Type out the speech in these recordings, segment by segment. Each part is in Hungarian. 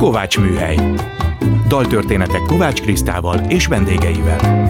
Kovács Műhely. Daltörténetek Kovács Krisztával és vendégeivel.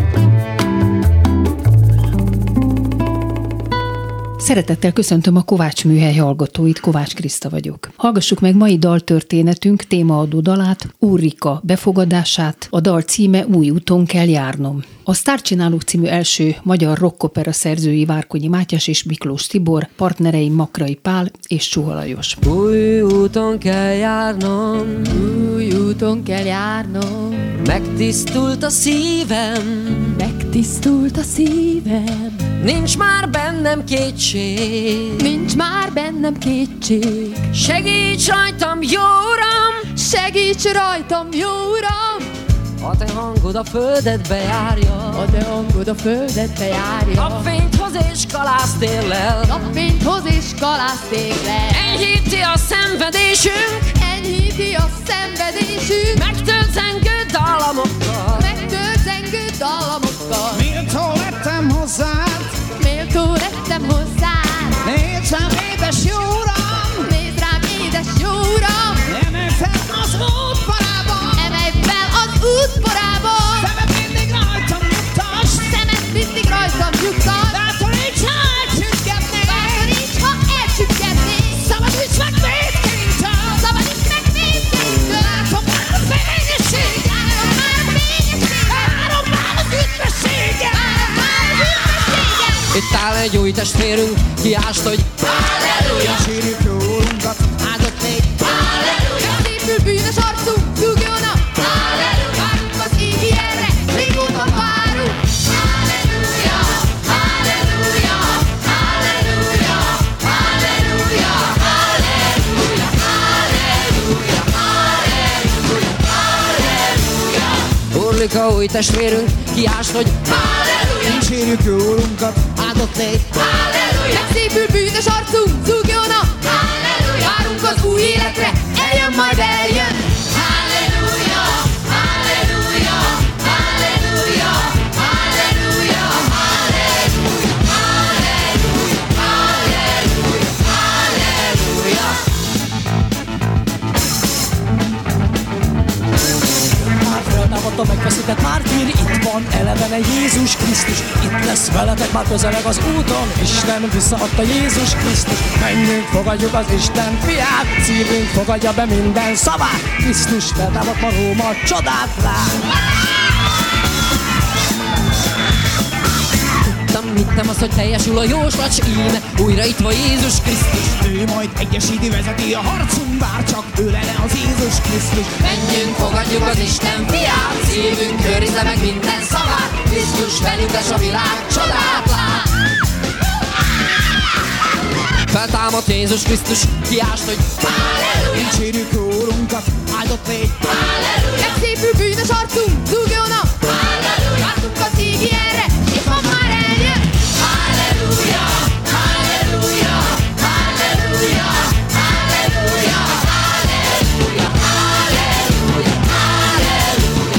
Szeretettel köszöntöm a Kovács Műhely hallgatóit, Kovács Kriszta vagyok. Hallgassuk meg mai daltörténetünk témaadó dalát, Ulrika befogadását, a dal címe Új úton kell járnom. A Sztárcsinálók című első magyar rockopera szerzői Várkonyi Mátyás és Miklós Tibor, partnerei Makrai Pál és Csuha Lajos. Új úton kell járnom, új úton kell járnom, megtisztult a szívem, megtisztult a szívem. Nincs már bennem kétség, nincs már bennem kétség. Segíts rajtam, jó Uram, segíts rajtam, jó Uram. A te hangod a földet bejárja, a te hangod a földet bejárja. Napfényt hoz és kalásztéllel, napfényt hoz és kalásztéllel. Enyhíti a szenvedésünk, enyhíti a szenvedésünk. Megtölt zengő dallamokkal, megtölt zengő dallamokkal. Méltó lettem hozzád, méltó lettem hozzád. Nézd rám, édes jó Uram, nézd rám, édes jó Uram. Emelj fel az útparában, emelj fel az útparában. Szemed mindig rajtam nyugtass, szemed mindig rajtam nyugtass. Bátoríts, ha elcsüggednék, bátoríts, ha elcsüggednék. Szabadíts meg vétkénytől, szabadíts meg vétkénytől. Látom már a fényesség, látom már a fényesség, várom már az üdvösséget, várom már az üdvösséget. Itt áll egy új testvérünk, kiást, hogy Halleluja! Sírjuk jó Urunkat, áldott légy, Halleluja! Szépül bűnös arcunk, dugjon a Halleluja! Várunk az égi erre, régóta várunk. Halleluja! Halleluja! Halleluja! Halleluja! Halleluja! Halleluja! Halleluja! Halleluja! Urlika új testvérünk, kiást, hogy Halleluja! sírjuk jó Urunkat, áldott légy, Halleluja! Megszépül bűnös arcunk, dugjon a Halleluja! Várunk az új életre, eljön, majd eljön. Halleluja! Halleluja! Halleluja! Halleluja! Halleluja! Halleluja! Halleluja! Már feltámadt a megfeszített mártír, itt van elevene Jézus Krisztus. Itt lesz veletek már közeleg az úton, Isten visszaadta Jézus Krisztus. Menjünk, fogadjuk az Isten fiát, szívünk fogadja be minden szavát. Krisztus feltámadt ma Róma, csodát lát. Hittem azt, hogy teljesül a jóslat, s íme újra itt van Jézus Krisztus. Ő majd egyesíti, vezeti a harcunk, bár csak ő lenne az Jézus Krisztus. Menjünk, fogadjuk az Isten fiát, szívünk őrizze meg minden szavát. Krisztus velünk, és a világ csodát lát. Feltámadt Jézus Krisztus, kiást, hogy Halleluja! Dicsérjük jó Urunkat, áldott légy, Halleluja! Megszépül bűnös arcunk, dugjon a Halleluja! Vártunk az égi erre, és ma már eljön. Halleluja! Halleluja! Halleluja! Halleluja! Halleluja! Halleluja! Halleluja!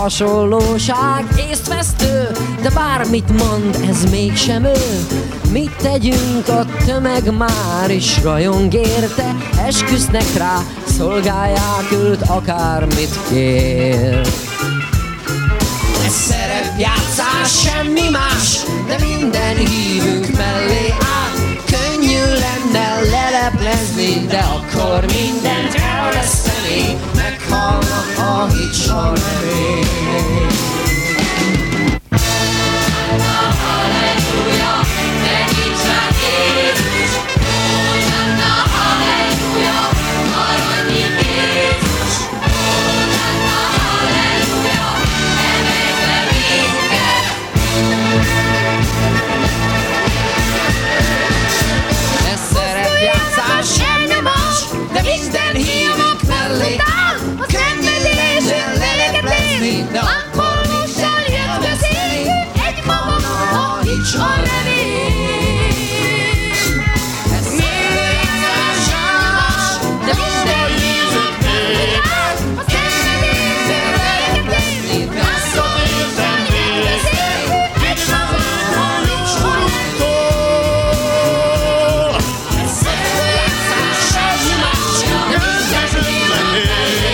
hasonlóság észvesztő, de bármit mond, ez mégsem ő. Mit tegyünk, a tömeg már is rajong érte, esküsznek rá, szolgálják őt, akármit kér. Ez szerepjátszás, semmi más, de minden hívünk mellé áll. Könnyű lenne leleplezni, de akkor mindent elveszteni, meghalnak a hit s a remény. Halleluja, megítsák Jézus, Hosanna, halleluja, maradj Jézus, Hosanna, halleluja, emelj fel minket. Ez szerepjátszás, semmi más, de minden hívunk mellé. Könnyű lenne leleplezni, de akkor minden jöttözünk, egy maga a hit s a remény. Ez szerepjátszás, semmi más, de minden hívunk mellé. Könnyű lenne leleplezni, de akkor minden jöttözünk, egy maga a hit s a remény. Ez szerepjátszás, semmi más, de minden hívunk mellé.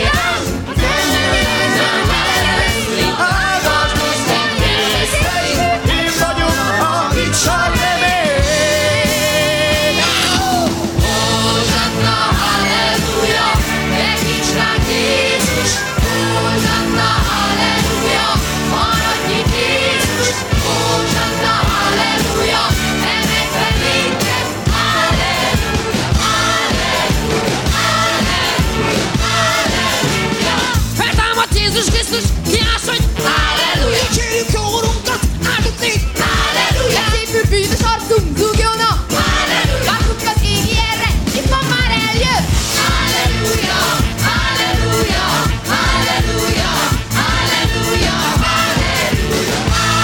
Feltámadt Jézus Krisztus, kiállsz, hogy halleluja! Kérjük jó Urunkat, áldott négy! Halleluja! Szépül bűnös arcunk, dugjon a halleluja! Vártuk az égi erre, itt van már eljött! Halleluja! Halleluja! Halleluja! Halleluja! Halleluja!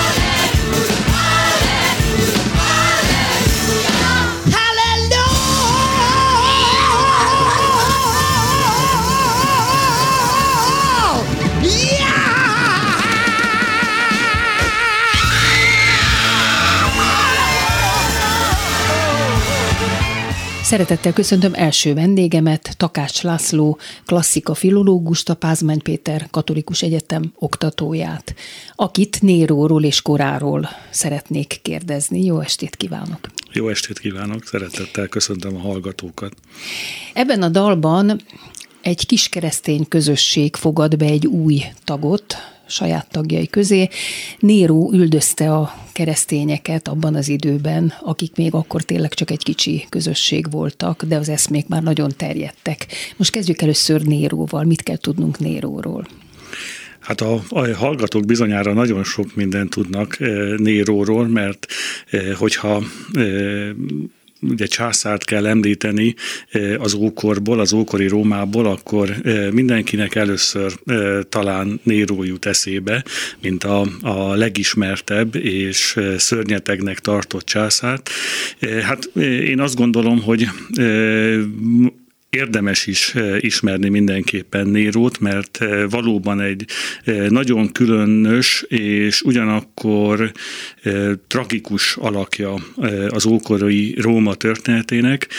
Szeretettel köszöntöm első vendégemet, Takács László, klasszika filológust, a Pázmány Péter Katolikus Egyetem oktatóját, akit Néróról és koráról szeretnék kérdezni. Jó estét kívánok! Jó estét kívánok, szeretettel köszöntöm a hallgatókat. Ebben a dalban egy kis keresztény közösség fogad be egy új tagot saját tagjai közé. Néró üldözte a keresztényeket abban az időben, akik még akkor tényleg csak egy kicsi közösség voltak, de az eszmék már nagyon terjedtek. Most kezdjük először Néróval. Mit kell tudnunk Néróról? Hát a hallgatók bizonyára nagyon sok mindent tudnak Néróról, mert hogyha ugye császárt kell említeni az ókorból, az ókori Rómából, akkor mindenkinek először talán Néró jut eszébe, mint a legismertebb és szörnyetegnek tartott császárt. Hát én azt gondolom, hogy érdemes is ismerni mindenképpen Nérót, mert valóban egy nagyon különös és ugyanakkor tragikus alakja az ókori Róma történetének,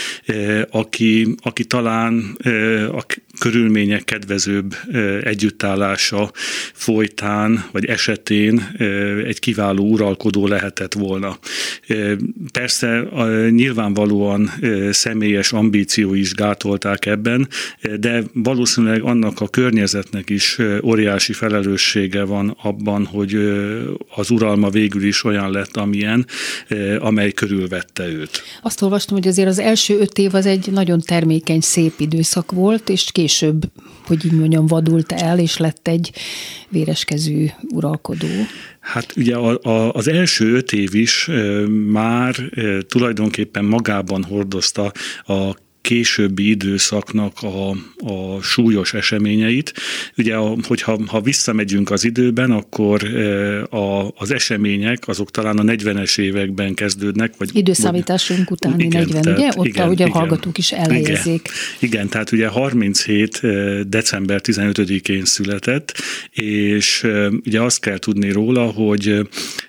aki talán a körülmények kedvezőbb együttállása folytán vagy esetén egy kiváló uralkodó lehetett volna. Persze nyilvánvalóan személyes ambíciói is gátolták ebben, de valószínűleg annak a környezetnek is óriási felelőssége van abban, hogy az uralma végül is olyan lett, amilyen, amely körülvette őt. Azt olvastam, hogy azért az első 5 év az egy nagyon termékeny, szép időszak volt, és később, hogy így mondjam, vadult el, és lett egy véreskezű uralkodó. Hát ugye az első 5 év is már tulajdonképpen magában hordozta a későbbi időszaknak a súlyos eseményeit. Ugye, ha visszamegyünk az időben, akkor az események azok talán a 40-es években kezdődnek. Vagy időszámításunk utáni igen, 40, tehát, ugye? Ott, igen, ahogy a hallgatók is elhelyezzék. Igen, tehát ugye 37. december 15-én született, és ugye azt kell tudni róla, hogy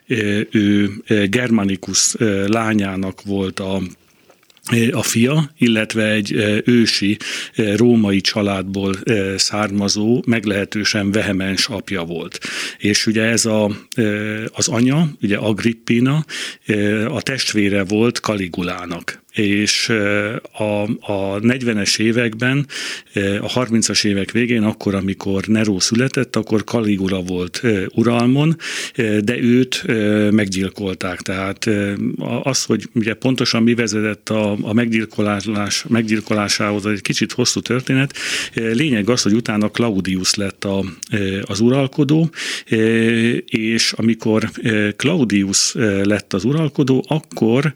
ő Germanicus lányának volt a fia, illetve egy ősi római családból származó, meglehetősen vehemens apja volt. És ugye ez az anya, ugye Agrippina, a testvére volt Caligulának. És a 40-es években, a 30-as évek végén, akkor, amikor Nero született, akkor Caligula volt uralmon, de őt meggyilkolták. Tehát az, hogy ugye pontosan mi vezetett a meggyilkolásához, egy kicsit hosszú történet, lényeg az, hogy utána Claudius lett az uralkodó, és amikor Claudius lett az uralkodó, akkor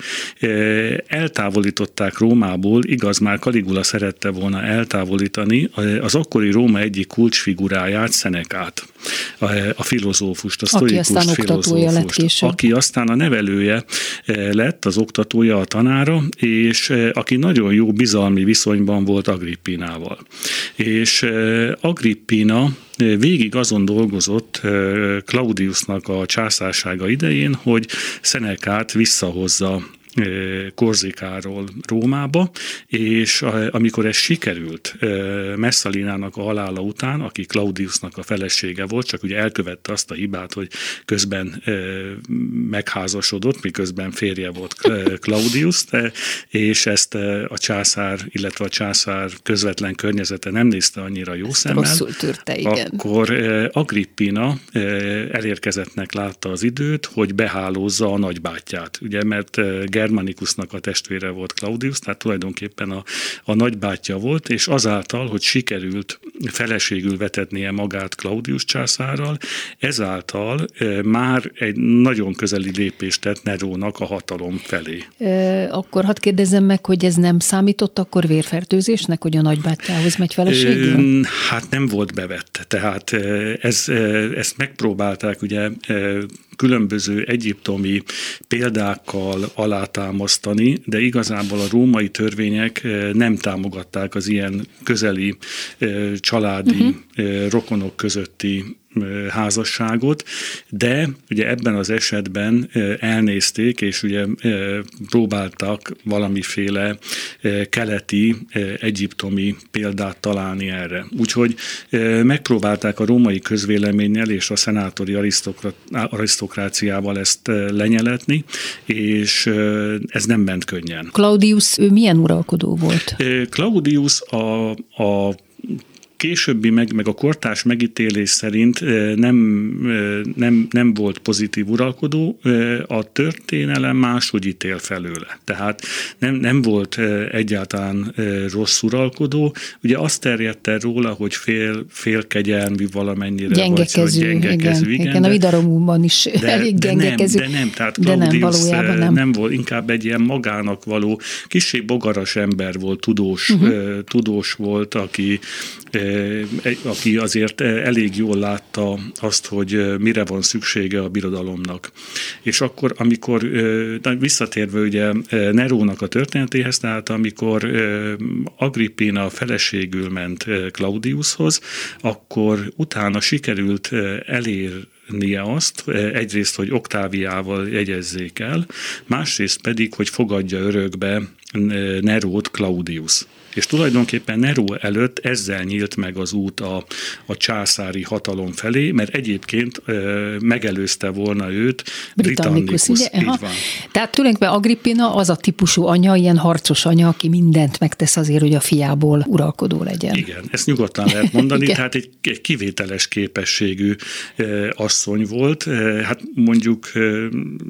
eltávolították Rómából, igaz, már Caligula szerette volna eltávolítani az akkori Róma egyik kulcsfiguráját, Senecát, a filozófust, a sztoikus filozófust, aki aztán a nevelője lett, az oktatója, a tanára, és aki nagyon jó bizalmi viszonyban volt Agrippinával. És Agrippina végig azon dolgozott Claudiusnak a császársága idején, hogy Senecát visszahozza Korzikáról Rómába, és amikor ez sikerült Messalinának a halála után, aki Claudiusnak a felesége volt, csak ugye elkövette azt a hibát, hogy közben megházasodott, miközben férje volt Claudius, és ezt a császár, illetve a császár közvetlen környezete nem nézte annyira jó szemmel. Rosszul tűrte, igen. Akkor Agrippina elérkezettnek látta az időt, hogy behálózza a nagybátyját, ugye, mert Germanicusnak a testvére volt Claudius, tehát tulajdonképpen a nagybátyja volt, és azáltal, hogy sikerült feleségül vetetnie magát Claudius császárral, ezáltal már egy nagyon közeli lépést tett Nerónak a hatalom felé. Akkor hadd kérdezzem meg, hogy ez nem számított akkor vérfertőzésnek, hogy a nagybátyjához megy feleségül? Hát nem volt bevett, tehát ezt megpróbálták ugye különböző egyiptomi példákkal alátámasztani, de igazából a római törvények nem támogatták az ilyen közeli családi rokonok közötti házasságot, de ugye ebben az esetben elnézték, és ugye próbáltak valamiféle keleti, egyiptomi példát találni erre. Úgyhogy megpróbálták a római közvéleménnyel és a szenátori arisztokráciával ezt lenyeletni, és ez nem ment könnyen. Claudius, ő milyen uralkodó volt? Claudius a későbbi, meg a kortárs megítélés szerint nem volt pozitív uralkodó, a történelem máshogy ítél felőle. Tehát nem volt egyáltalán rossz uralkodó. Ugye azt terjedt el róla, hogy félkegyelmű valamennyire. Gyengekezű, igen. A Vidaromúban is elég gyengekezű. De nem, tehát Claudius nem volt, inkább egy ilyen magának való, kissé bogaras ember volt, tudós volt, aki azért elég jól látta azt, hogy mire van szüksége a birodalomnak. És akkor, amikor visszatérve ugye Nerónak a történetéhez, tehát amikor Agrippina feleségül ment Claudiushoz, akkor utána sikerült elérnie azt, egyrészt, hogy Oktáviával jegyezzék el, másrészt pedig, hogy fogadja örökbe Nerót Claudius. És tulajdonképpen Nero előtt ezzel nyílt meg az út a császári hatalom felé, mert egyébként megelőzte volna őt Britannicus. Így van. Tehát tulajdonképpen Agrippina az a típusú anya, ilyen harcos anya, aki mindent megtesz azért, hogy a fiából uralkodó legyen. Igen, ezt nyugodtan lehet mondani, tehát egy kivételes képességű asszony volt. Hát mondjuk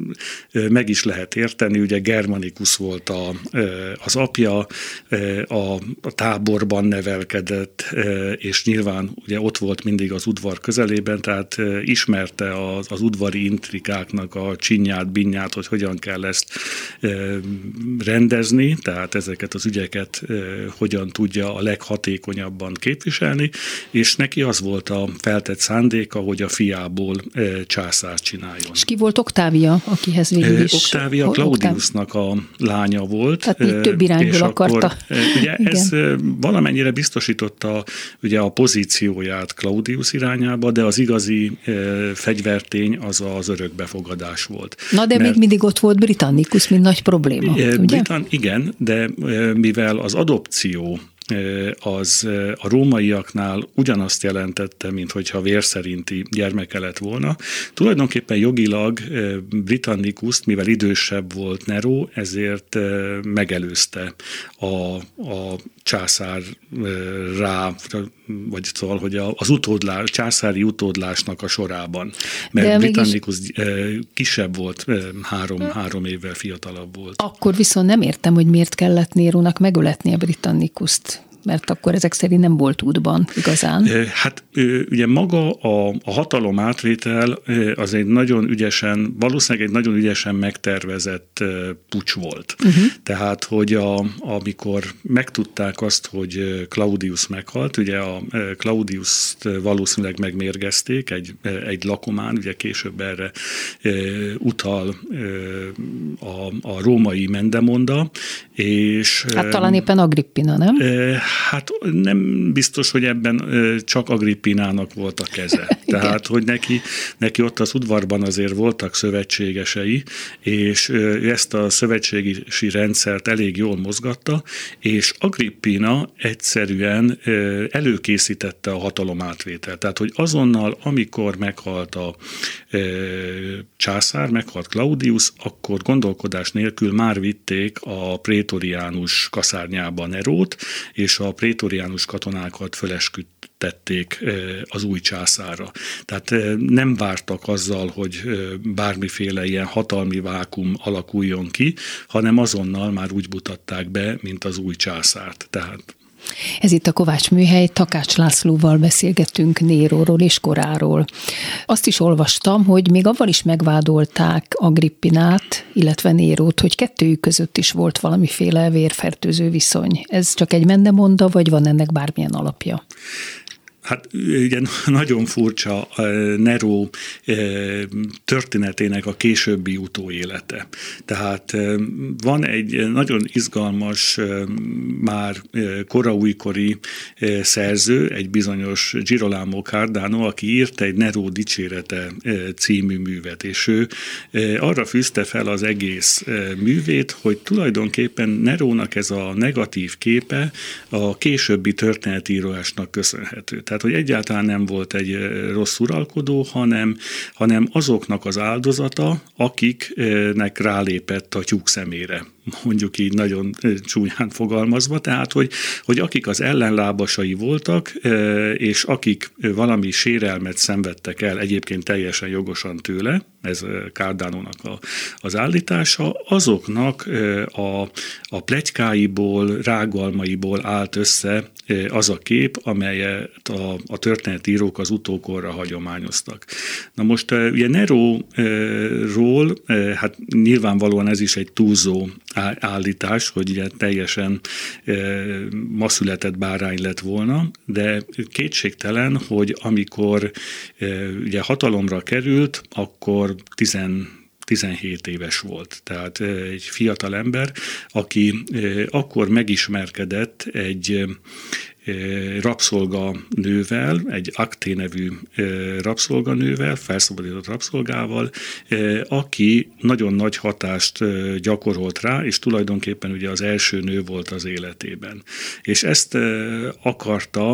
meg is lehet érteni, ugye Germanicus volt az apja, a a táborban nevelkedett, és nyilván ugye ott volt mindig az udvar közelében, tehát ismerte az udvari intrikáknak a csinyát, binnyát, hogy hogyan kell ezt rendezni, tehát ezeket az ügyeket hogyan tudja a leghatékonyabban képviselni, és neki az volt a feltett szándéka, hogy a fiából császárt csináljon. És ki volt Oktávia, akihez végül is? Oktávia Claudiusnak a lánya volt. Tehát több irányból akarta. Akkor, ugye ez valamennyire biztosította ugye a pozícióját Claudius irányába, de az igazi fegyvertény az örökbefogadás volt. Na de még mindig ott volt Britannicus, mint nagy probléma, ugye? Igen, de mivel az adopció az a rómaiaknál ugyanazt jelentette, mint hogyha vérszerinti gyermeke lett volna. Tulajdonképpen jogilag Britannicust, mivel idősebb volt Nero, ezért megelőzte a császár vagy szóval, hogy az császári utódlásnak a sorában. Mert Britannicus kisebb volt, három évvel fiatalabb volt. Akkor viszont nem értem, hogy miért kellett Nérónak megöletni a Britannicust, mert akkor ezek szerint nem volt útban igazán. Hát ugye maga a hatalom átvétel az egy nagyon ügyesen, valószínűleg egy nagyon ügyesen megtervezett puccs volt. Tehát, hogy amikor megtudták azt, hogy Claudius meghalt, ugye a Claudiust valószínűleg megmérgezték egy lakomán, ugye később erre utal a római Mendemonda, és... Hát talán éppen Agrippina, nem? Hát nem biztos, hogy ebben csak Agrippinának volt a keze. Tehát, hogy neki ott az udvarban azért voltak szövetségesei, és ezt a szövetségi rendszert elég jól mozgatta, és Agrippina egyszerűen előkészítette a hatalomátvételt. Tehát, hogy azonnal, amikor meghalt a császár, meghalt Claudius, akkor gondolkodás nélkül már vitték a prétoriánus kaszárnyába Nerót, és a prétoriánus katonákat fölesküdtették az új császárra. Tehát nem vártak azzal, hogy bármiféle ilyen hatalmi vákum alakuljon ki, hanem azonnal már úgy mutatták be, mint az új császárt. Tehát ez itt a Kovács Műhely, Takács Lászlóval beszélgetünk Néróról és koráról. Azt is olvastam, hogy még avval is megvádolták Agrippinát, illetve Nérót, hogy kettőjük között is volt valamiféle vérfertőző viszony. Ez csak egy mendemonda, vagy van ennek bármilyen alapja? Hát ugye nagyon furcsa Nero történetének a későbbi utóélete. Tehát van egy nagyon izgalmas, már koraújkori szerző, egy bizonyos Girolamo Cardano, aki írt egy Nero dicsérete című művet, és ő arra fűzte fel az egész művét, hogy tulajdonképpen Nerónak ez a negatív képe a későbbi történetírásnak köszönhető. Tehát, hogy egyáltalán nem volt egy rossz uralkodó, hanem azoknak az áldozata, akiknek rálépett a tyúk szemére. Mondjuk így nagyon csúnyán fogalmazva, tehát, hogy akik az ellenlábasai voltak, és akik valami sérelmet szenvedtek el, egyébként teljesen jogosan tőle, ez Cardánónak az állítása, azoknak a pletykáiból, rágalmaiból állt össze az a kép, amelyet a történetírók az utókorra hagyományoztak. Na most ugye Neróról, hát nyilvánvalóan ez is egy túlzó állítás, hogy ugye teljesen ma született bárány lett volna, de kétségtelen, hogy amikor ugye hatalomra került, akkor 17 éves volt. Tehát egy fiatal ember, aki akkor megismerkedett egy rabszolganővel, egy Akté nevű rabszolganővel, felszabadított rabszolgával, aki nagyon nagy hatást gyakorolt rá, és tulajdonképpen ugye az első nő volt az életében. És ezt akarta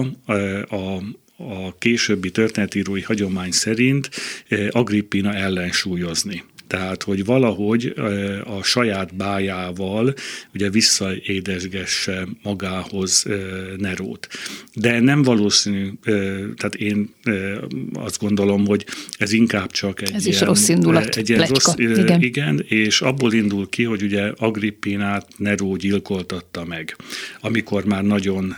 a későbbi történetírói hagyomány szerint Agrippina ellensúlyozni. Tehát, hogy valahogy a saját bájával ugye visszaédesgesse magához Nerót. De nem valószínű, tehát én azt gondolom, hogy ez inkább csak egy ez ilyen, is rossz indulat, egy ilyen rossz, igen, és abból indul ki, hogy ugye Agrippinát Neró gyilkoltatta meg, amikor már nagyon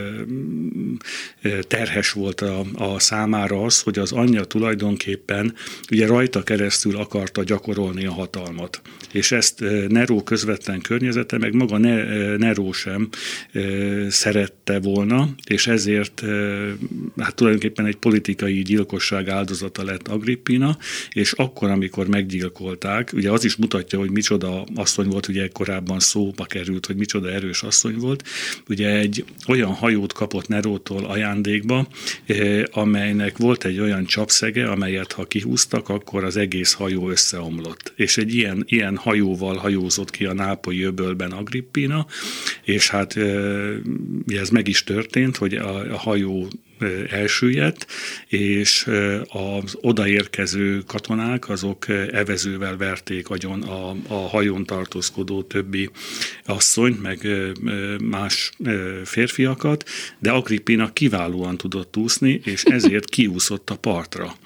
terhes volt a számára az, hogy az anyja tulajdonképpen ugye rajta keresztül akarta gyakorolni a hatalmat. És ezt Neró közvetlen környezete, meg maga Neró sem szerette volna, és ezért hát tulajdonképpen egy politikai gyilkosság áldozata lett Agrippina, és akkor, amikor meggyilkolták, ugye az is mutatja, hogy micsoda asszony volt, ugye korábban szóba került, hogy micsoda erős asszony volt, ugye egy olyan hajót kapott Nerótól ajándékba, amelynek volt egy olyan csapszege, amelyet ha kihúztak, akkor az egész hajó összeomlott. És egy ilyen hajóval hajózott ki a nápolyi öbölben Agrippina, és hát ez meg is történt, hogy a hajó elsüllyedt, és az odaérkező katonák azok evezővel verték agyon a hajón tartózkodó többi asszonyt, meg más férfiakat, de Agrippina kiválóan tudott úszni, és ezért kiúszott a partra.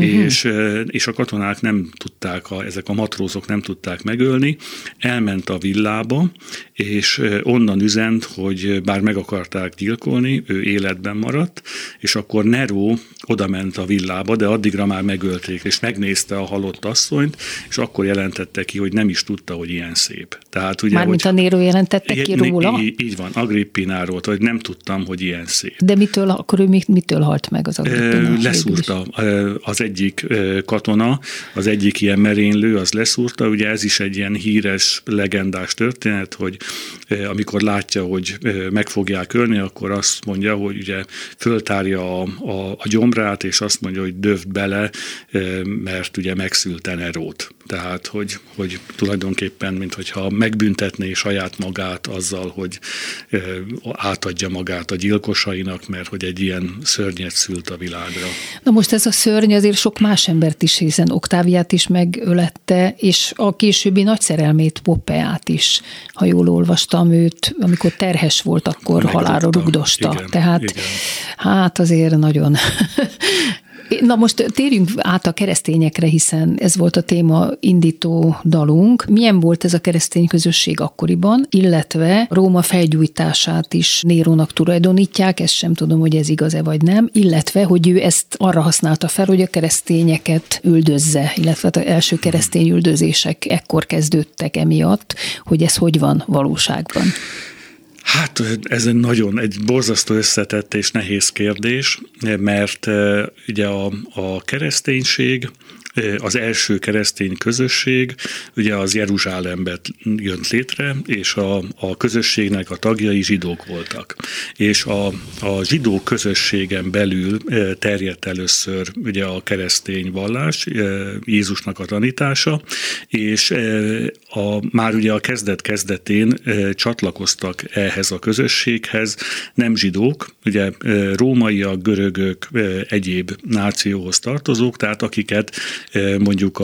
És a katonák nem tudták, ezek a matrózok nem tudták megölni, elment a villába, és onnan üzent, hogy bár meg akarták gyilkolni, ő életben maradt, és akkor Neró odament a villába, de addigra már megölték, és megnézte a halott asszonyt, és akkor jelentette ki, hogy nem is tudta, hogy ilyen szép. Tehát, ugye, mármint a Néró jelentette ki róla? Így van, Agrippináról, hogy nem tudtam, hogy ilyen szép. De akkor ő mitől halt meg az Agrippina? Leszúrta az egyik katona, az egyik ilyen merénylő, az leszúrta, ugye ez is egy ilyen híres, legendás történet, hogy amikor látja, hogy meg fogják ölni, akkor azt mondja, hogy ugye föltárja a gyomrát, és azt mondja, hogy dövd bele, mert ugye megszülte Nerót. Tehát, hogy tulajdonképpen, minthogyha megbüntetné saját magát azzal, hogy átadja magát a gyilkosainak, mert hogy egy ilyen szörnyet szült a világra. Na most ez a szörny azért sok más embert is, hiszen Oktáviát is megölette, és a későbbi nagy szerelmét, Poppeát is, ha jól olvastam őt, amikor terhes volt, akkor halálra rugdosta. Igen, tehát igen. Hát azért nagyon... Na most térjünk át a keresztényekre, hiszen ez volt a téma indító dalunk. Milyen volt ez a keresztény közösség akkoriban, illetve Róma felgyújtását is Nérónak tulajdonítják, ezt sem tudom, hogy ez igaz-e vagy nem, illetve, hogy ő ezt arra használta fel, hogy a keresztényeket üldözze, illetve az első keresztény üldözések ekkor kezdődtek emiatt, hogy ez hogy van valóságban. Hát ez egy borzasztó összetett és nehéz kérdés, mert ugye a kereszténység, az első keresztény közösség ugye az Jeruzsálemben jött létre, és a közösségnek a tagjai zsidók voltak. És a zsidó közösségen belül terjedt először ugye a keresztény vallás, Jézusnak a tanítása, és már ugye a kezdet-kezdetén csatlakoztak ehhez a közösséghez nem zsidók, ugye rómaiak, görögök, egyéb nációhoz tartozók, tehát akiket mondjuk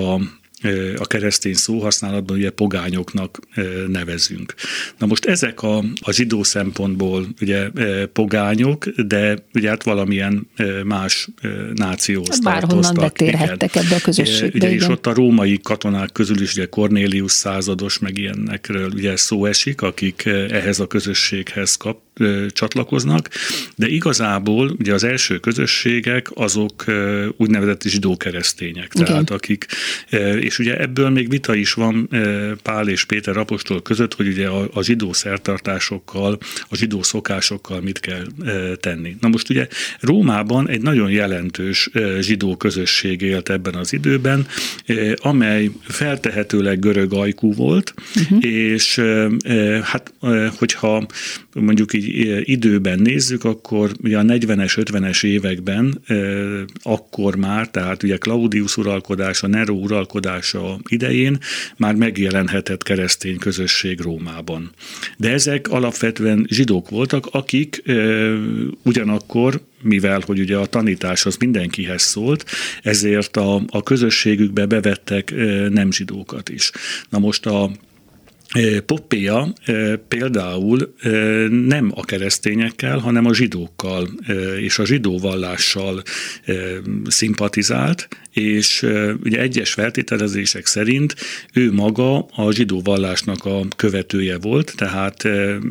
a keresztény szóhasználatban ugye pogányoknak nevezünk. Na most ezek a zsidó szempontból ugye pogányok, de ugye hát valamilyen más nációhoz tartoztak. Bárhonnan betérhettek ebbe a közösségbe. Ugye, és ott a római katonák közül is ugye Cornélius százados, meg ilyenekről ugye szó esik, akik ehhez a közösséghez csatlakoznak, de igazából ugye az első közösségek azok úgynevezett zsidó-keresztények, tehát akik, és ugye ebből még vita is van Pál és Péter apostol között, hogy ugye a zsidó szertartásokkal, a zsidó szokásokkal mit kell tenni. Na most ugye Rómában egy nagyon jelentős zsidó közösség élt ebben az időben, amely feltehetőleg görög ajkú volt, és hát hogyha mondjuk így időben nézzük, akkor ugye a 40-es, 50-es években akkor már, tehát ugye Claudius uralkodása, Nero uralkodása tanítása idején már megjelenhetett keresztény közösség Rómában. De ezek alapvetően zsidók voltak, akik ugyanakkor, mivel hogy ugye a tanítás az mindenkihez szólt, ezért a közösségükbe bevettek nem zsidókat is. Na most a Poppéa például nem a keresztényekkel, hanem a zsidókkal és a zsidó vallással szimpatizált, és ugye egyes feltételezések szerint ő maga a zsidó vallásnak a követője volt, tehát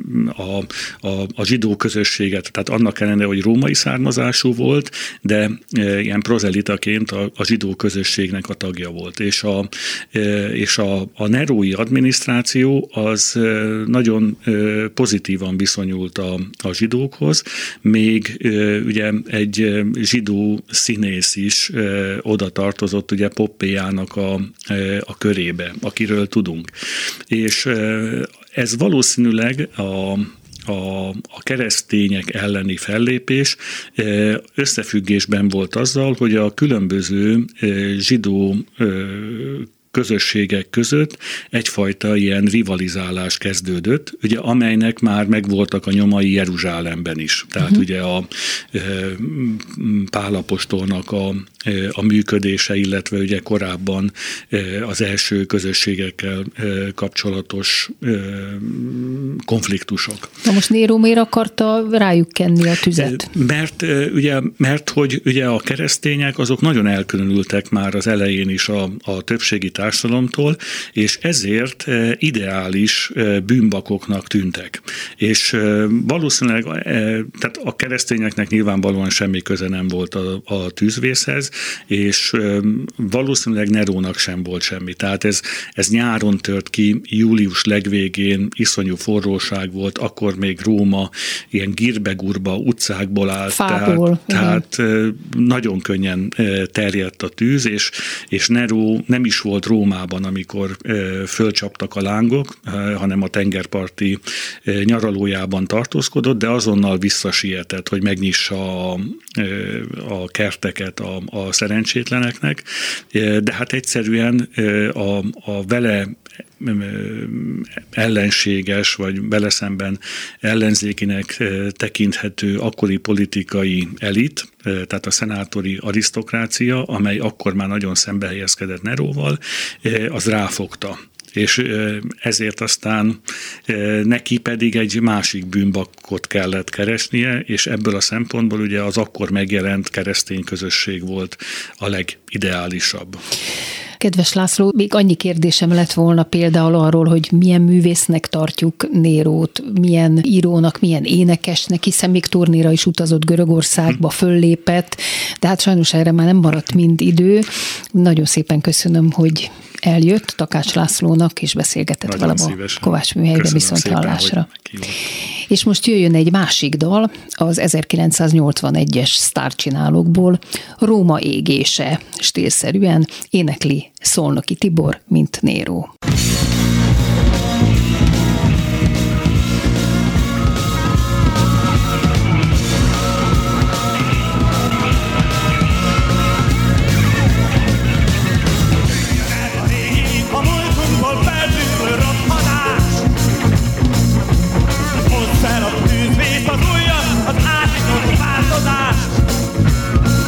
a zsidó közösséget, tehát annak ellenére, hogy római származású volt, de ilyen prozelitaként a zsidó közösségnek a tagja volt. És a nerói adminisztráció az nagyon pozitívan viszonyult a zsidókhoz, még ugye egy zsidó színész is oda tartozott ugye Poppéjának a körébe, akiről tudunk. És ez valószínűleg a keresztények elleni fellépés összefüggésben volt azzal, hogy a különböző zsidó közösségek között egyfajta ilyen rivalizálás kezdődött, ugye, amelynek már megvoltak a nyomai Jeruzsálemben is. Tehát ugye a Pál apostolnak a működése, illetve ugye korábban az első közösségekkel kapcsolatos konfliktusok. Na most Néró miért akarta rájuk kenni a tüzet? Mert hogy ugye a keresztények azok nagyon elkülönültek már az elején is a többségi társadalomtól, és ezért ideális bűnbakoknak tűntek. És valószínűleg tehát a keresztényeknek nyilvánvalóan semmi köze nem volt a tűzvészhez, és valószínűleg Nerónak sem volt semmi. Tehát ez nyáron tört ki, július legvégén iszonyú forróság volt, akkor még Róma ilyen girbegurba utcákból állt. Fából. Tehát nagyon könnyen terjedt a tűz, és Neró nem is volt Rómában, amikor fölcsaptak a lángok, hanem a tengerparti nyaralójában tartózkodott, de azonnal visszasietett, hogy megnyissa a kerteket a szerencsétleneknek, de hát egyszerűen a vele ellenséges, vagy vele szemben ellenzékinek tekinthető akkori politikai elit, tehát a szenátori arisztokrácia, amely akkor már nagyon szembehelyezkedett Neróval, az ráfogta. És ezért aztán neki pedig egy másik bűnbakkot kellett keresnie, és ebből a szempontból ugye az akkor megjelent keresztény közösség volt a legideálisabb. Kedves László, még annyi kérdésem lett volna például arról, hogy milyen művésznek tartjuk Nérót, milyen írónak, milyen énekesnek, hiszen még turnéra is utazott Görögországba, föllépett, de hát sajnos erre már nem maradt mind idő. Nagyon szépen köszönöm, hogy eljött Takács Lászlónak, és beszélgetett velem a Kovács Műhelyben, viszonthallásra. És most jöjjön egy másik dal, az 1981-es sztárcsinálókból, Róma égése, stílszerűen énekli Szolnoki Tibor, mint Néró.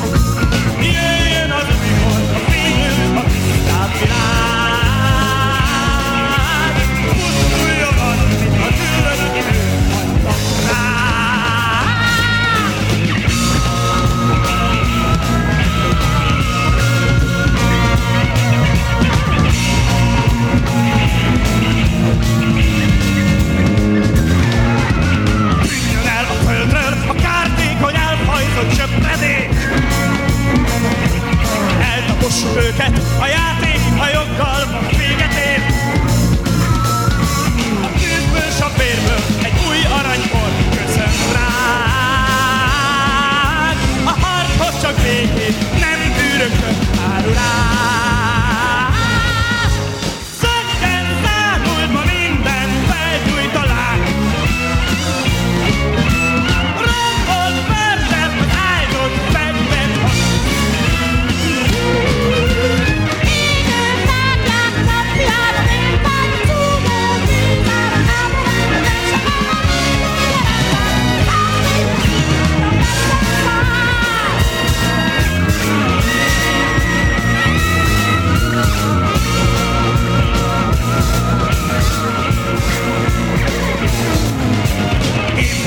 Jöjjön az új, a fényű, a tisztább világ.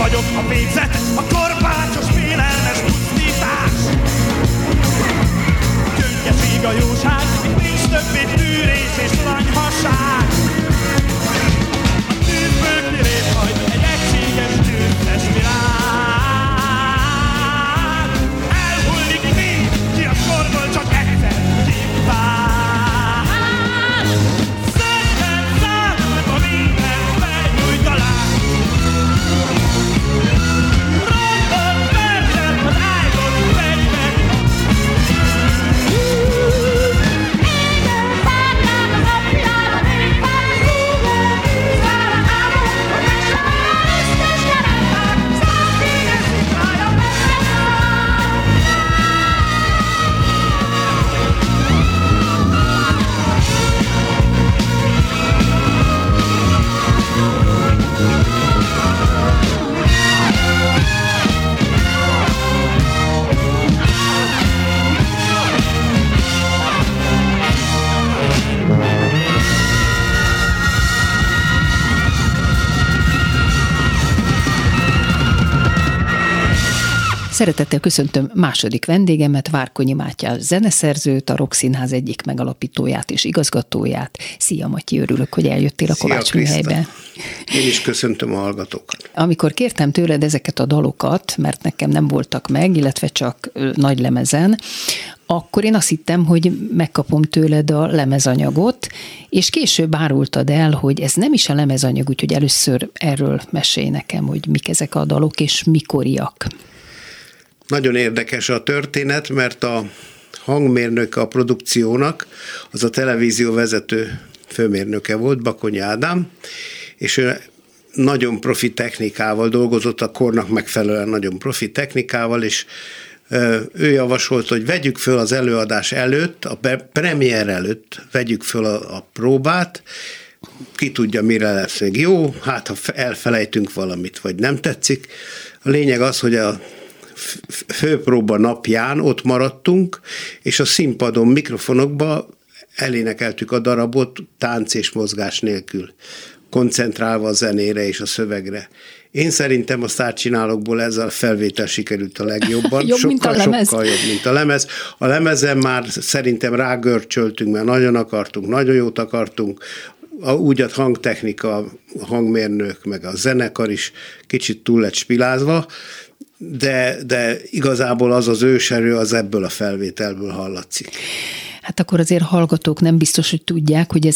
vagyok a végzet, a korbácsos félelmes pusztítás. Könnyeség a jóság, itt nincs többé tűrés és lanyhasság. A tűzből kilép majd egy egységes tűzes világ. Elhullik mind, ki a sorból csak egyszer kíván. Szegyen számba minden felnyújt alá. Rontott percet az ájtott fegyver. Szeretettel köszöntöm második vendégemet, Várkonyi Mátyás zeneszerzőt, a Rock Színház egyik megalapítóját és igazgatóját. Szia, Matyi, örülök, hogy eljöttél a Kovács műhelybe. Én is köszöntöm a hallgatókat. Amikor kértem tőled ezeket a dalokat, mert nekem nem voltak meg, illetve csak nagy lemezen, akkor én azt hittem, hogy megkapom tőled a lemezanyagot, és később árultad el, hogy ez nem is a lemezanyag, úgyhogy először erről mesélj nekem, hogy mik ezek a dalok, és mikoriak. Nagyon érdekes a történet, mert a hangmérnöke a produkciónak, az a televízió vezető főmérnöke volt, Bakonyi Ádám, és ő nagyon profi technikával dolgozott, a kornak megfelelően nagyon profi technikával, és ő javasolt, hogy vegyük föl az előadás előtt, a premier előtt vegyük föl a próbát, ki tudja, mire lesz még jó, hát ha elfelejtünk valamit, vagy nem tetszik. A lényeg az, hogy a főpróba napján ott maradtunk, és a színpadon mikrofonokba elénekeltük a darabot tánc és mozgás nélkül, koncentrálva a zenére és a szövegre. Én szerintem a Sztárcsinálókból ezzel a felvétel sikerült a legjobban. Jobb, sokkal jobb, mint a lemez. A lemezen már szerintem rágörcsöltünk, mert nagyon akartunk, nagyon jót akartunk. Úgy a hangtechnika, a hangmérnök, meg a zenekar is kicsit túl lett spilázva, de igazából az az őserő, az ebből a felvételből hallatszik. Hát akkor azért hallgatók nem biztos, hogy tudják, hogy ez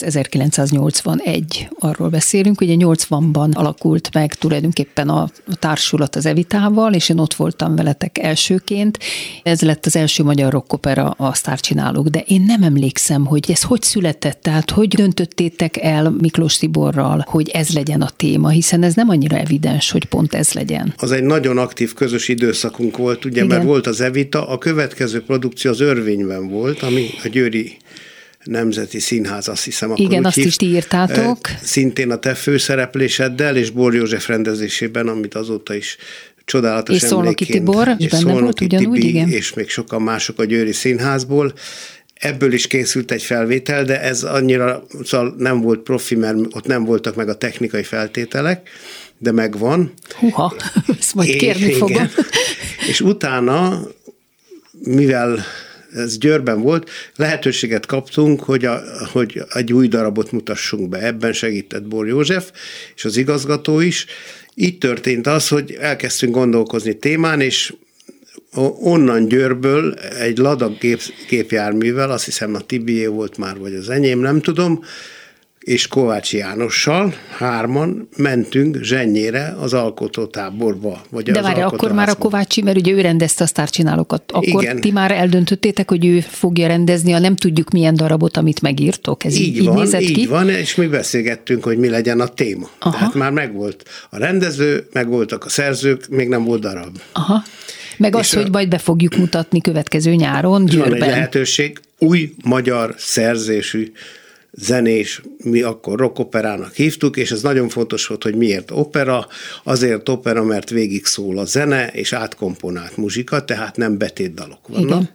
1981. Arról beszélünk, ugye 80-ban alakult meg tulajdonképpen a társulat az Evitával, és én ott voltam veletek elsőként. Ez lett az első magyar rockopera, a Sztárcsinálók, de én nem emlékszem, hogy ez hogy született, tehát hogy döntöttétek el Miklós Tiborral, hogy ez legyen a téma, hiszen ez nem annyira evidens, hogy pont ez legyen. Az egy nagyon aktív közös időszakunk volt, ugye, igen. Mert volt az Evita, a következő produkció az Örvényben volt, ami a Győri Nemzeti Színház, azt hiszem, akkor igen, úgy azt is ti írtátok. Szintén a te főszerepléseddel, és Bor József rendezésében, amit azóta is csodálatos és Szolnoki Tibor, és benne volt ugyanúgy, igen. És még sokan mások a Győri Színházból. Ebből is készült egy felvétel, de ez annyira szóval nem volt profi, mert ott nem voltak meg a technikai feltételek, de megvan. Húha, ezt majd kérni fogom. És utána, mivel ez Győrben volt, lehetőséget kaptunk, hogy egy új darabot mutassunk be. Ebben segített Bor József, és az igazgató is. Így történt az, hogy elkezdtünk gondolkozni témán, és onnan Győrből egy Lada gépjárművel, azt hiszem a Tibié volt már, vagy az enyém, nem tudom, és Kovács Jánossal, hárman mentünk Zsennyére az alkotótáborba. De várj, akkor már a Kovácsi, mert ugye ő rendezte a Sztárcsinálókat, akkor igen. Ti már eldöntöttétek, hogy ő fogja rendezni a nem tudjuk milyen darabot, amit megírtok? Ez így nézett ki? Így van, és mi beszélgettünk, hogy mi legyen a téma. Aha. Tehát már megvolt a rendező, megvoltak a szerzők, még nem volt darab. Aha. Meg az, hogy majd be fogjuk mutatni következő nyáron Győrben. Van egy lehetőség, új magyar szerzésű zenés, mi akkor rockoperának hívtuk, és ez nagyon fontos volt, hogy miért opera. Azért opera, mert végig szól a zene, és átkomponált muzsika, tehát nem betétdalok vannak. Igen.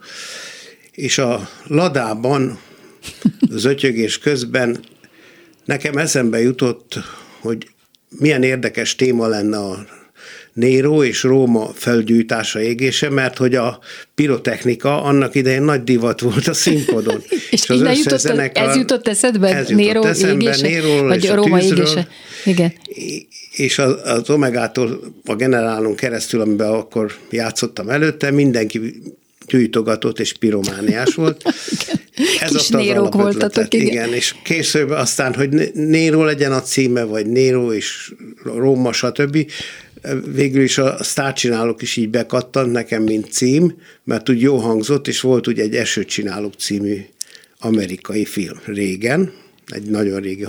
És a Ladában, zötyögés közben nekem eszembe jutott, hogy milyen érdekes téma lenne a Néró és Róma felgyújtása, égése, mert hogy a pirotechnika annak idején nagy divat volt a színpadon. És ez jutott eszedbe? Néró égése? Vagy Róma égése? Igen. És az Omegától a generálon keresztül, amiben akkor játszottam előtte, mindenki gyújtogatott és piromániás volt. Ez kis Nérók voltatok, igen. És később aztán, hogy Néró legyen a címe, vagy Néró és Róma, stb. Végül is a Sztárcsinálók is így bekattant nekem, mint cím, mert úgy jó hangzott, és volt ugye egy Esőcsinálók című amerikai film régen, egy nagyon régi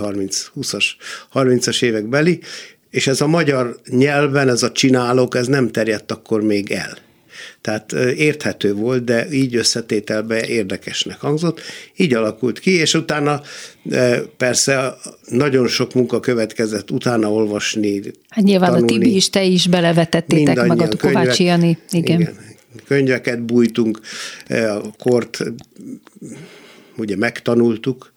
30-as évek beli, és ez a magyar nyelven, ez a csinálók, ez nem terjedt akkor még el. Tehát érthető volt, de így összetételben érdekesnek hangzott. Így alakult ki, és utána persze nagyon sok munka következett utána olvasni, hát nyilván tanulni. A Tibi is, te is belevetettétek magad, Kovács Jani. Igen. Könyveket bújtunk, a kort ugye megtanultuk,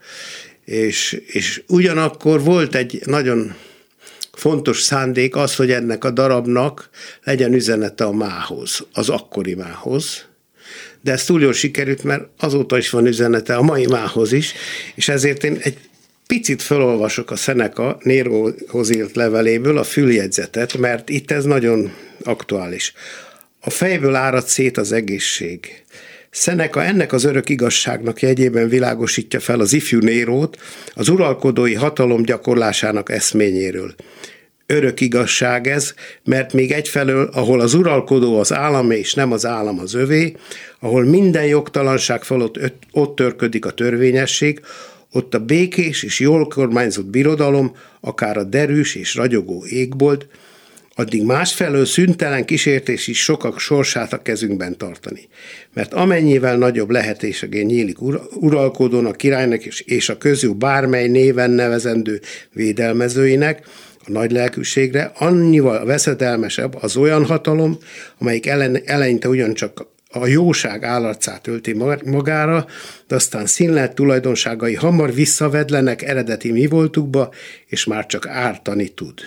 és ugyanakkor volt egy nagyon fontos szándék az, hogy ennek a darabnak legyen üzenete a mához, az akkori mához, de ez túl jól sikerült, mert azóta is van üzenete a mai mához is, és ezért én egy picit felolvasok a Seneca Néróhoz írt leveléből a füljegyzetet, mert itt ez nagyon aktuális. A fejből árad szét az egészség. Seneca ennek az örök igazságnak jegyében világosítja fel az ifjú Nérót az uralkodói hatalom gyakorlásának eszményéről. Örök igazság ez, mert még egyfelől, ahol az uralkodó az állam és nem az állam az övé, ahol minden jogtalanság felett ott törködik a törvényesség, ott a békés és jól kormányzott birodalom, akár a derűs és ragyogó égbolt, addig másfelől szüntelen kísértés is sokak sorsát a kezünkben tartani. Mert amennyivel nagyobb lehetőségén nyílik uralkodónak, királynak és a közül bármely néven nevezendő védelmezőinek a nagy lelkűségre, annyival veszedelmesebb az olyan hatalom, amelyik eleinte ugyancsak a jóság állarcát ölti magára, de aztán színlelt tulajdonságai hamar visszavedlenek eredeti mi voltukba, és már csak ártani tud.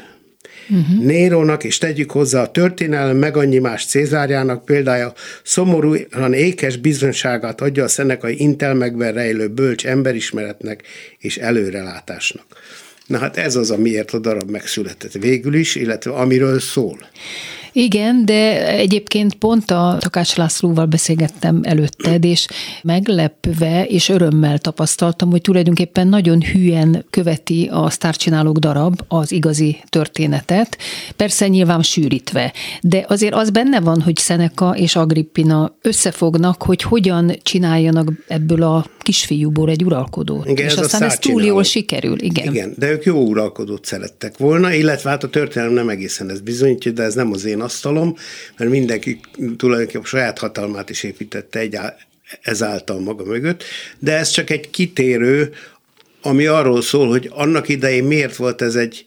Nérónak, és tegyük hozzá a történelem meg annyi más Cézárjának példája szomorúan ékes bizonyságát adja a szenekai intelmekben rejlő bölcs emberismeretnek és előrelátásnak. Na hát ez az, amiért a darab megszületett végül is, illetve amiről szól. Igen, de egyébként pont a Takács Lászlóval beszélgettem előtted, és meglepve és örömmel tapasztaltam, hogy tulajdonképpen nagyon hülyen követi a Sztárcsinálók darab az igazi történetet, persze nyilván sűrítve, de azért az benne van, hogy Seneca és Agrippina összefognak, hogy hogyan csináljanak ebből a kisfiúból egy uralkodót. Igen, és aztán ez túl jól sikerül. Igen, de ők jó uralkodót szerettek volna, illetve hát a történelem nem egészen ezt bizonyítja, de ez nem az én asztalom, mert mindenki tulajdonképpen saját hatalmát is építette ezáltal maga mögött, de ez csak egy kitérő, ami arról szól, hogy annak idején miért volt ez egy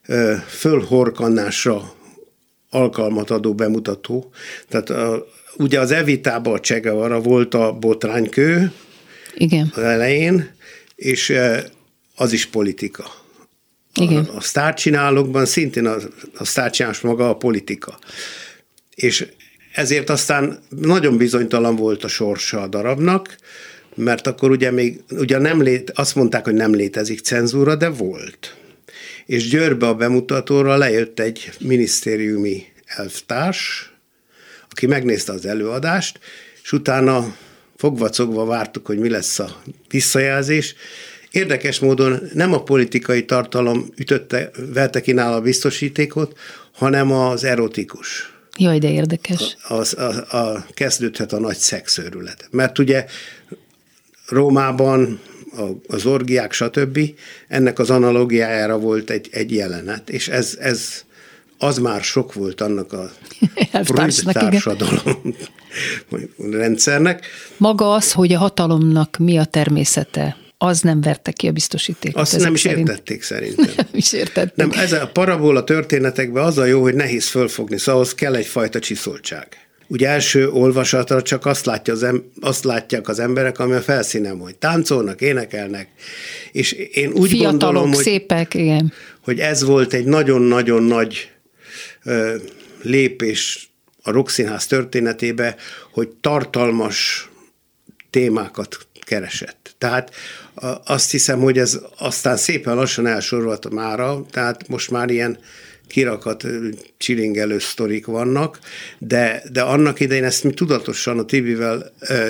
fölhorkanásra alkalmat adó bemutató. Tehát ugye az Evitában a Che Guevara volt a botránykő, igen, az elején, és az is politika. Igen. A sztárcsinálókban szintén a sztárcsinálás maga a politika. És ezért aztán nagyon bizonytalan volt a sorsa a darabnak, mert akkor ugye azt mondták, hogy nem létezik cenzúra, de volt. És Győrbe a bemutatóra lejött egy minisztériumi elvtárs, aki megnézte az előadást, és utána fogvacogva vártuk, hogy mi lesz a visszajelzés. Érdekes módon nem a politikai tartalom verte ki nála a biztosítékot, hanem az erotikus. Jaj, de érdekes. Kezdődhet a nagy szexőrület. Mert ugye Rómában az orgiák, stb. Ennek az analógiájára volt egy jelenet, és az már sok volt annak a társadalom rendszernek. Maga az, hogy a hatalomnak mi a természete, az nem verte ki a biztosítékot. Azt nem is értették szerintem. Nem is értették. Nem, ez a parabola történetekben az a jó, hogy nehéz fölfogni, szóval ahhoz kell egyfajta csiszoltság. Ugye első olvasatra csak azt látják az emberek, ami a felszínen, hogy táncolnak, énekelnek, és én úgy fiatalok, gondolom, szépek, igen, hogy ez volt egy nagyon-nagyon nagy lépés a Rockszínház történetébe, hogy tartalmas témákat keresett. Tehát azt hiszem, hogy ez aztán szépen lassan elsorolt mára, tehát most már ilyen kirakat, csilingelő sztorik vannak, de annak idején ezt mi tudatosan a Tibivel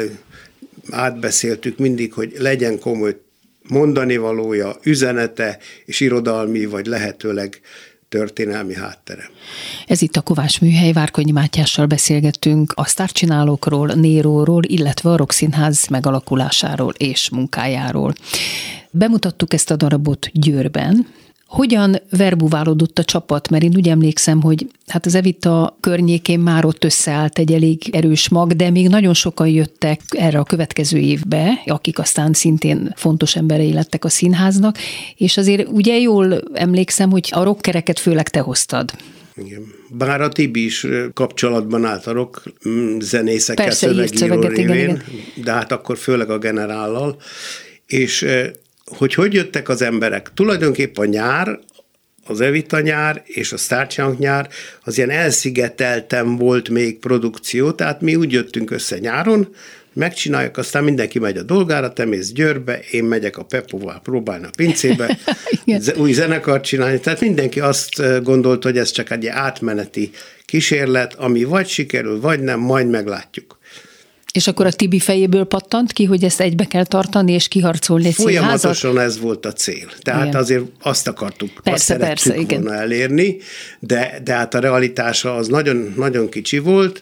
átbeszéltük mindig, hogy legyen komoly mondani valója, üzenete és irodalmi, vagy lehetőleg történelmi háttere. Ez itt a Kovács Műhely, Várkonyi Mátyással beszélgettünk a sztárcsinálókról, Néróról, illetve a Rockszínház megalakulásáról és munkájáról. Bemutattuk ezt a darabot Győrben. Hogyan verbuválódott a csapat? Mert én úgy emlékszem, hogy hát az Evita környékén már ott összeállt egy elég erős mag, de még nagyon sokan jöttek erre a következő évbe, akik aztán szintén fontos emberei lettek a színháznak, és azért ugye jól emlékszem, hogy a rockereket főleg te hoztad. Igen. Bár a Tibi is kapcsolatban állt a rock zenészekkel, szövegíró révén, igen. De hát akkor főleg a generállal, és hogy jöttek az emberek. Tulajdonképpen a nyár, az Evita nyár és a Sztárcsinálók nyár, az ilyen elszigetelten volt még produkció, tehát mi úgy jöttünk össze nyáron, megcsináljuk, aztán mindenki megy a dolgára, te mész Győrbe, én megyek a Pepóval próbálni a pincébe, új zenekart csinálni, tehát mindenki azt gondolta, hogy ez csak egy átmeneti kísérlet, ami vagy sikerül, vagy nem, majd meglátjuk. És akkor a Tibi fejéből pattant ki, hogy ezt egybe kell tartani, és kiharcolni egy színházat? Folyamatosan ez volt a cél. Tehát igen. Azért azt akartuk, azt szerettük volna elérni, de hát a realitása az nagyon, nagyon kicsi volt.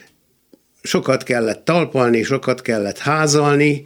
Sokat kellett talpalni, sokat kellett házalni,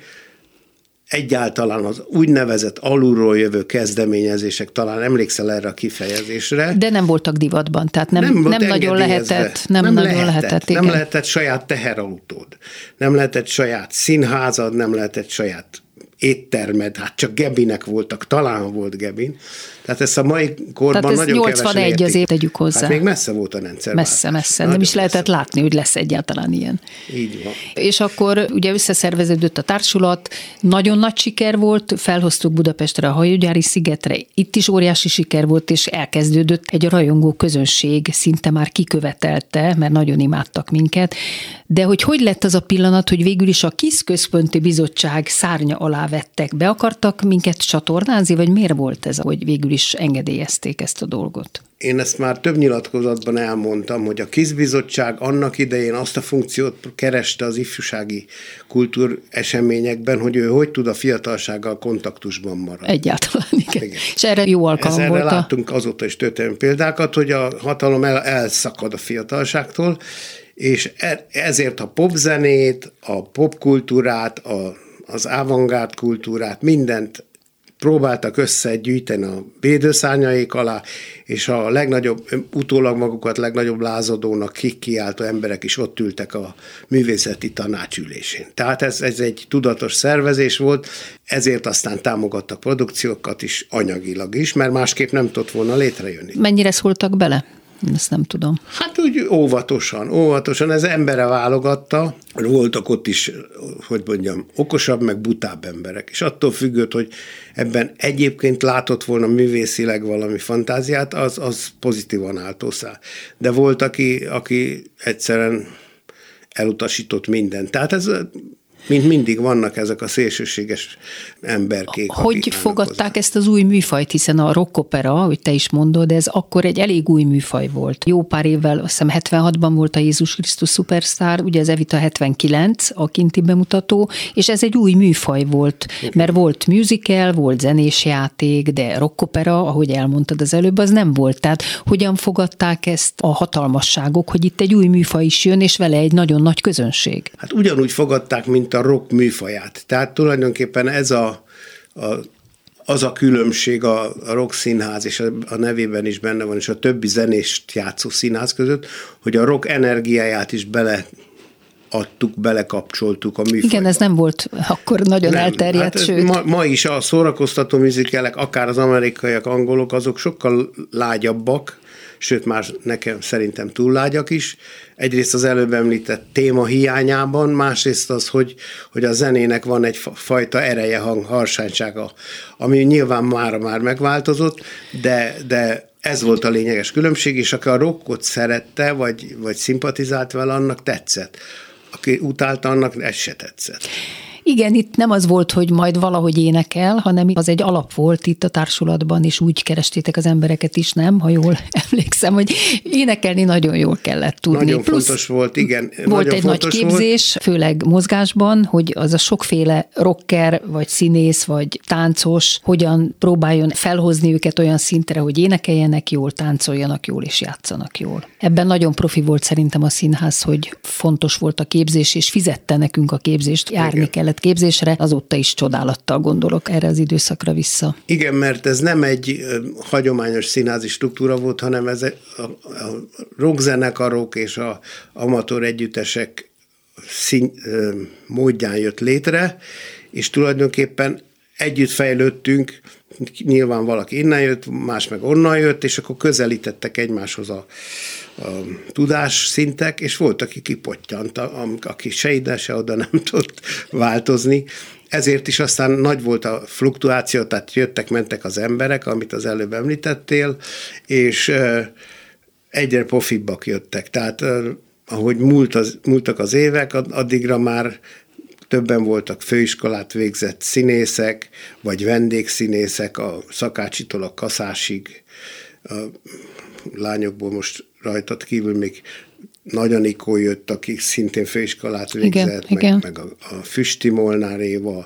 egyáltalán az úgynevezett alulról jövő kezdeményezések, talán emlékszel erre a kifejezésre. De nem voltak divatban, tehát nem nagyon lehetett. Nem lehetett saját teherautód, nem lehetett saját színházad, nem lehetett saját éttermed, hát csak Gebinek voltak, talán volt Gebin. Tehát ezt a mai korban tehát nagyon kevesen 81 értik. azért tegyük hozzá. Hát még messze volt a rendszerváltás. Messze. Nem is lehetett látni, hogy lesz egyáltalán ilyen. Így van. És akkor ugye összeszerveződött a társulat, nagyon nagy siker volt, felhoztuk Budapestre a hajógyári szigetre, itt is óriási siker volt, és elkezdődött egy rajongó közönség, szinte már kikövetelte, mert nagyon imádtak minket. De hogy lett az a pillanat, hogy végül is a KISZ Központi Bizottság szárnya alá vettek? Be akartak minket csatornázni, vagy miért volt ez, hogy végül is engedélyezték ezt a dolgot? Én ezt már több nyilatkozatban elmondtam, hogy a KISZ Bizottság annak idején azt a funkciót kereste az ifjúsági kultúreseményekben, hogy ő hogy tud a fiatalsággal kontaktusban maradni. Egyáltalán, igen. És erre jó alkalom volt. Erre láttunk azóta is történelmi példákat, hogy a hatalom elszakad a fiatalságtól, és ezért a popzenét, a popkultúrát, az avantgárd kultúrát, mindent próbáltak összegyűjteni a védőszárnyaik alá, és a legnagyobb, utólag magukat legnagyobb lázadónak kiáltó emberek is ott ültek a művészeti tanácsülésén. Tehát ez egy tudatos szervezés volt, ezért aztán támogattak produkciókat is, anyagilag is, mert másképp nem tudott volna létrejönni. Mennyire szóltak bele? Ezt nem tudom. Hát úgy óvatosan, ez embere válogatta, voltak ott is, hogy mondjam, okosabb, meg butább emberek, és attól függött, hogy ebben egyébként látott volna művészileg valami fantáziát, az pozitívan állt hozzá. De volt, aki egyszerűen elutasított mindent. Tehát ez mint mindig vannak ezek a szélsőséges emberkék. Hogy fogadták ezt az új műfajt, hiszen a rockopera, hogy te is mondod, ez akkor egy elég új műfaj volt. Jó pár évvel, azt hiszem 76-ban volt a Jézus Krisztus Superstar, ugye az Evita 79, a kinti bemutató, és ez egy új műfaj volt, mert volt musical, volt zenés játék, de rockopera, ahogy elmondtad az előbb, az nem volt. Tehát hogyan fogadták ezt a hatalmasságok, hogy itt egy új műfaj is jön, és vele egy nagyon nagy közönség? Hát ugyanúgy fogadták, mint a rock műfaját. Tehát tulajdonképpen ez az a különbség a rock színház, és a nevében is benne van, és a többi zenést játszó színház között, hogy a rock energiáját is belekapcsoltuk a műfajba. Igen, ez nem volt akkor nagyon elterjedt, hát sőt. Ma is a szórakoztató műzikelek, akár az amerikaiak, angolok, azok sokkal lágyabbak, sőt már nekem szerintem túl lágyak is. Egyrészt az előbb említett téma hiányában, másrészt az, hogy a zenének van egyfajta ereje, harsánysága, ami nyilván már megváltozott, de Ez volt a lényeges különbség, és aki a rockot szerette, vagy szimpatizált vele, annak tetszett. Aki utálta, annak ez se tetszett. Igen, itt nem az volt, hogy majd valahogy énekel, hanem az egy alap volt itt a társulatban, és úgy kerestétek az embereket is, nem? Ha jól emlékszem, hogy énekelni nagyon jól kellett tudni. Nagyon fontos volt, igen. Volt egy nagy képzés, főleg mozgásban, hogy az a sokféle rocker, vagy színész, vagy táncos hogyan próbáljon felhozni őket olyan szintre, hogy énekeljenek jól, táncoljanak jól, és játszanak jól. Ebben nagyon profi volt szerintem a színház, hogy fontos volt a képzés, és fizette nekünk a képzést, járni kellett képzésre, azóta is csodálattal gondolok erre az időszakra vissza. Igen, mert ez nem egy hagyományos színházi struktúra volt, hanem ez a rockzenekarok és a amatőr együttesek módján jött létre, és tulajdonképpen együtt fejlődtünk, nyilván valaki innen jött, más meg onnan jött, és akkor közelítettek egymáshoz a tudásszintek, és volt, aki kipottyant, aki se ide, se oda nem tudott változni. Ezért is aztán nagy volt a fluktuáció, tehát jöttek-mentek az emberek, amit az előbb említettél, és egyre profibbak jöttek. Tehát ahogy múltak az évek, addigra már többen voltak főiskolát végzett színészek, vagy vendégszínészek, a Szakácsitól a Kaszásig, a lányokból most rajtad kívül még Nagy Anikó jött, aki szintén főiskolát végzett, meg a Füsti Molnár Éva.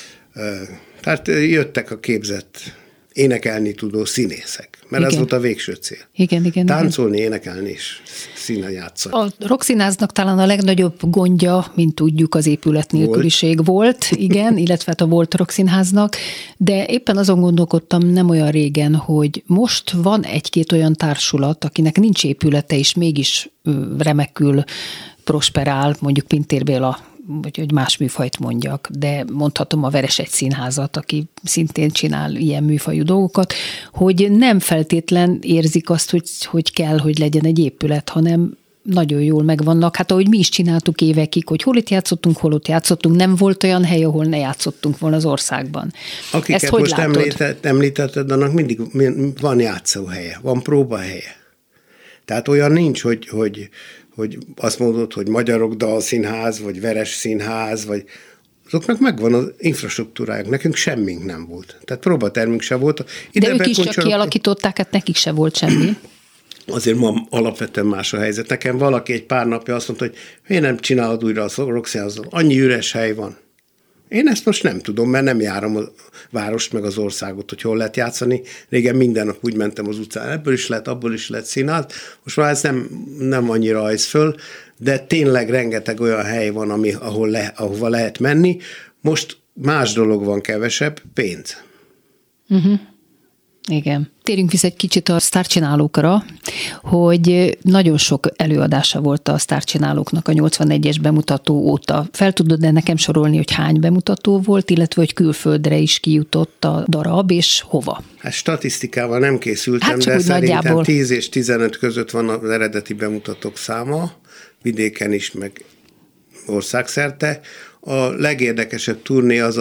Tehát jöttek a képzett énekelni tudó színészek, mert ez volt a végső cél. Igen. Táncolni, énekelni és színen játszani. A rockszínháznak talán a legnagyobb gondja, mint tudjuk, az épület nélküliség volt, igen, illetve a volt rockszínháznak, de éppen azon gondolkodtam nem olyan régen, hogy most van egy-két olyan társulat, akinek nincs épülete, és mégis remekül prosperál, mondjuk Pintér Béla, vagy hogy más műfajt mondjak, de mondhatom a Veresegy Színházat, aki szintén csinál ilyen műfajú dolgokat, hogy nem feltétlen érzik azt, hogy kell, hogy legyen egy épület, hanem nagyon jól megvannak. Hát ahogy mi is csináltuk évekig, hogy hol itt játszottunk, hol ott játszottunk, nem volt olyan hely, ahol ne játszottunk volna az országban. Akiket ezt most említetted, annak mindig van játszóhelye, van próbahelye. Tehát olyan nincs, hogy azt mondod, hogy Magyarok Dalszínház, vagy Veres Színház, vagy azoknak megvan az infrastruktúrájuk, nekünk semmink nem volt. Tehát próbatermünk se volt. De ők is csak kialakították, hát nekik se volt semmi. Azért ma alapvetően más a helyzet. Nekem valaki egy pár napja azt mondta, hogy én nem csinálod újra a Rockszínházat, annyi üres hely van. Én ezt most nem tudom, mert nem járom a várost meg az országot, hogy hol lehet játszani. Régen minden nap úgy mentem az utcán, ebből is lehet, abból is lehet színház. Most már ez nem annyira rajz föl, de tényleg rengeteg olyan hely van, ahova lehet menni. Most más dolog van, kevesebb, pénz. Uh-huh. Igen. Térjünk vissza egy kicsit a sztárcsinálókra, hogy nagyon sok előadása volt a sztárcsinálóknak a 81-es bemutató óta. Fel tudod nekem sorolni, hogy hány bemutató volt, illetve hogy külföldre is kijutott a darab, és hova? Hát statisztikával nem készültem, de szerintem nagyjából 10 és 15 között van az eredeti bemutatók száma, vidéken is, meg országszerte. A legérdekesebb turné az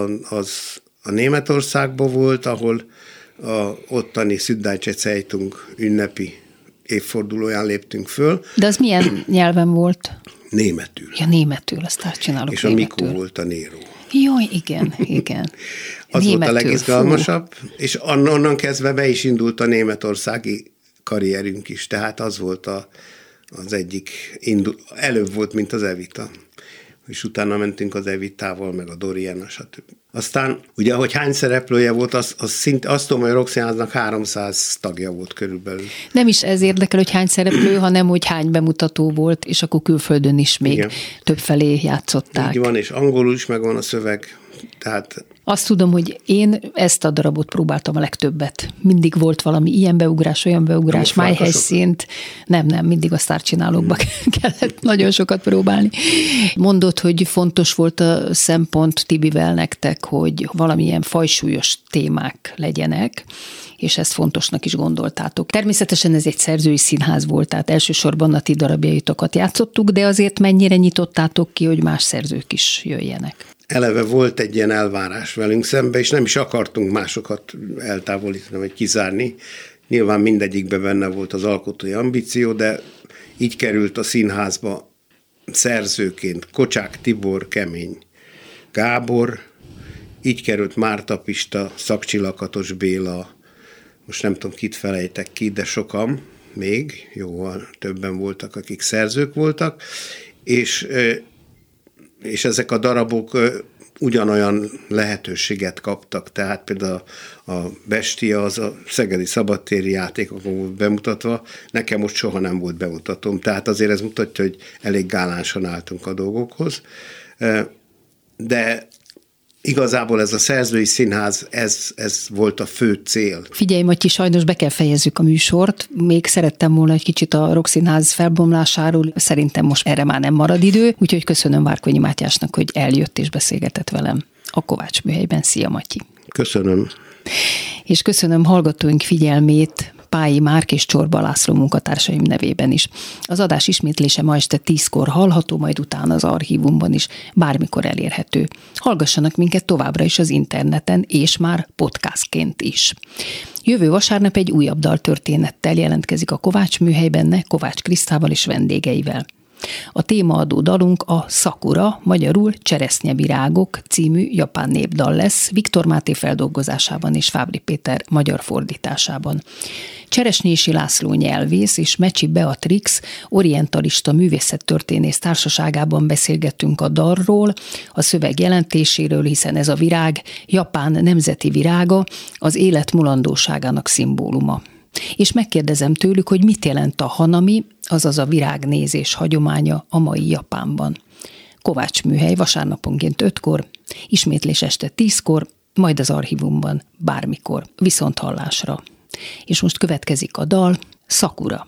a Németországban volt, ahol a ottani Süddeutsche Zeitung ünnepi évfordulóján léptünk föl. De az milyen nyelven volt? Németül. Ja, németül, azt csinálok. És németül. a Mikó volt a Néró. Jaj, igen. Az németül, volt a legizgalmasabb, és onnan kezdve be is indult a németországi karrierünk is, tehát az volt az egyik, előbb volt, mint az Evita. És utána mentünk az Evitával, meg a Dorian, stb. Aztán, ugye, hogy hány szereplője volt, azt tudom, hogy a Rockszínháznak 300 tagja volt körülbelül. Nem is ez érdekel, hogy hány szereplő, hanem hogy hány bemutató volt, és akkor külföldön is még többfelé játszották. Így van, és angolul is megvan a szöveg, tehát... Azt tudom, hogy én ezt a darabot próbáltam a legtöbbet. Mindig volt valami ilyen beugrás, olyan beugrás, májhelyszínt. Nem, mindig a sztárcsinálókba kellett nagyon sokat próbálni. Mondod, hogy fontos volt a szempont Tibivel nektek, hogy valamilyen fajsúlyos témák legyenek, és ezt fontosnak is gondoltátok. Természetesen ez egy szerzői színház volt, tehát elsősorban a ti darabjaitokat játszottuk, de azért mennyire nyitottátok ki, hogy más szerzők is jöjjenek? Eleve volt egy ilyen elvárás velünk szembe, és nem is akartunk másokat eltávolítani, vagy kizárni. Nyilván mindegyikben benne volt az alkotói ambíció, de így került a színházba szerzőként Kocsák Tibor, Kemény Gábor, így került Márta Pista, Szakcsi Lakatos Béla, most nem tudom, kit felejtek ki, de sokan még, jóval többen voltak, akik szerzők voltak, és ezek a darabok ugyanolyan lehetőséget kaptak, tehát például a Bestia, az a Szegedi Szabadtéri játékokon volt bemutatva, nekem most soha nem volt bemutatóm, tehát azért ez mutatja, hogy elég gálánsan álltunk a dolgokhoz, de igazából ez a szerzői színház, ez volt a fő cél. Figyelj, Matyi, sajnos be kell fejezzük a műsort. Még szerettem volna egy kicsit a Rockszínház felbomlásáról. Szerintem most erre már nem marad idő, úgyhogy köszönöm Várkonyi Mátyásnak, hogy eljött és beszélgetett velem a Kovács műhelyben. Szia, Matyi! Köszönöm. És köszönöm hallgatóink figyelmét Pályi Márk és Csorba László munkatársaim nevében is. Az adás ismétlése ma este 10-kor hallható, majd utána az archívumban is, bármikor elérhető. Hallgassanak minket továbbra is az interneten, és már podcastként is. Jövő vasárnap egy újabb daltörténettel jelentkezik a Kovács műhelyben, Kovács Krisztával és vendégeivel. A témaadó dalunk a Sakura, magyarul Cseresznyevirágok című japán népdal lesz, Viktor Máté feldolgozásában és Fábri Péter magyar fordításában. Cseresnyési László nyelvész és Mecsi Beatrix orientalista művészettörténész társaságában beszélgettünk a dalról, a szöveg jelentéséről, hiszen ez a virág Japán nemzeti virága, az élet mulandóságának szimbóluma. És megkérdezem tőlük, hogy mit jelent a hanami, azaz a virágnézés hagyománya a mai Japánban. Kovács műhely vasárnaponként 5-kor, ismétlés este 10-kor, majd az archívumban bármikor, viszonthallásra. És most következik a dal, Sakura.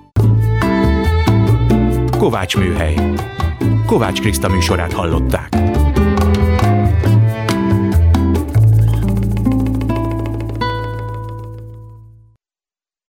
Kovács műhely. Kovács Kriszta műsorát hallották.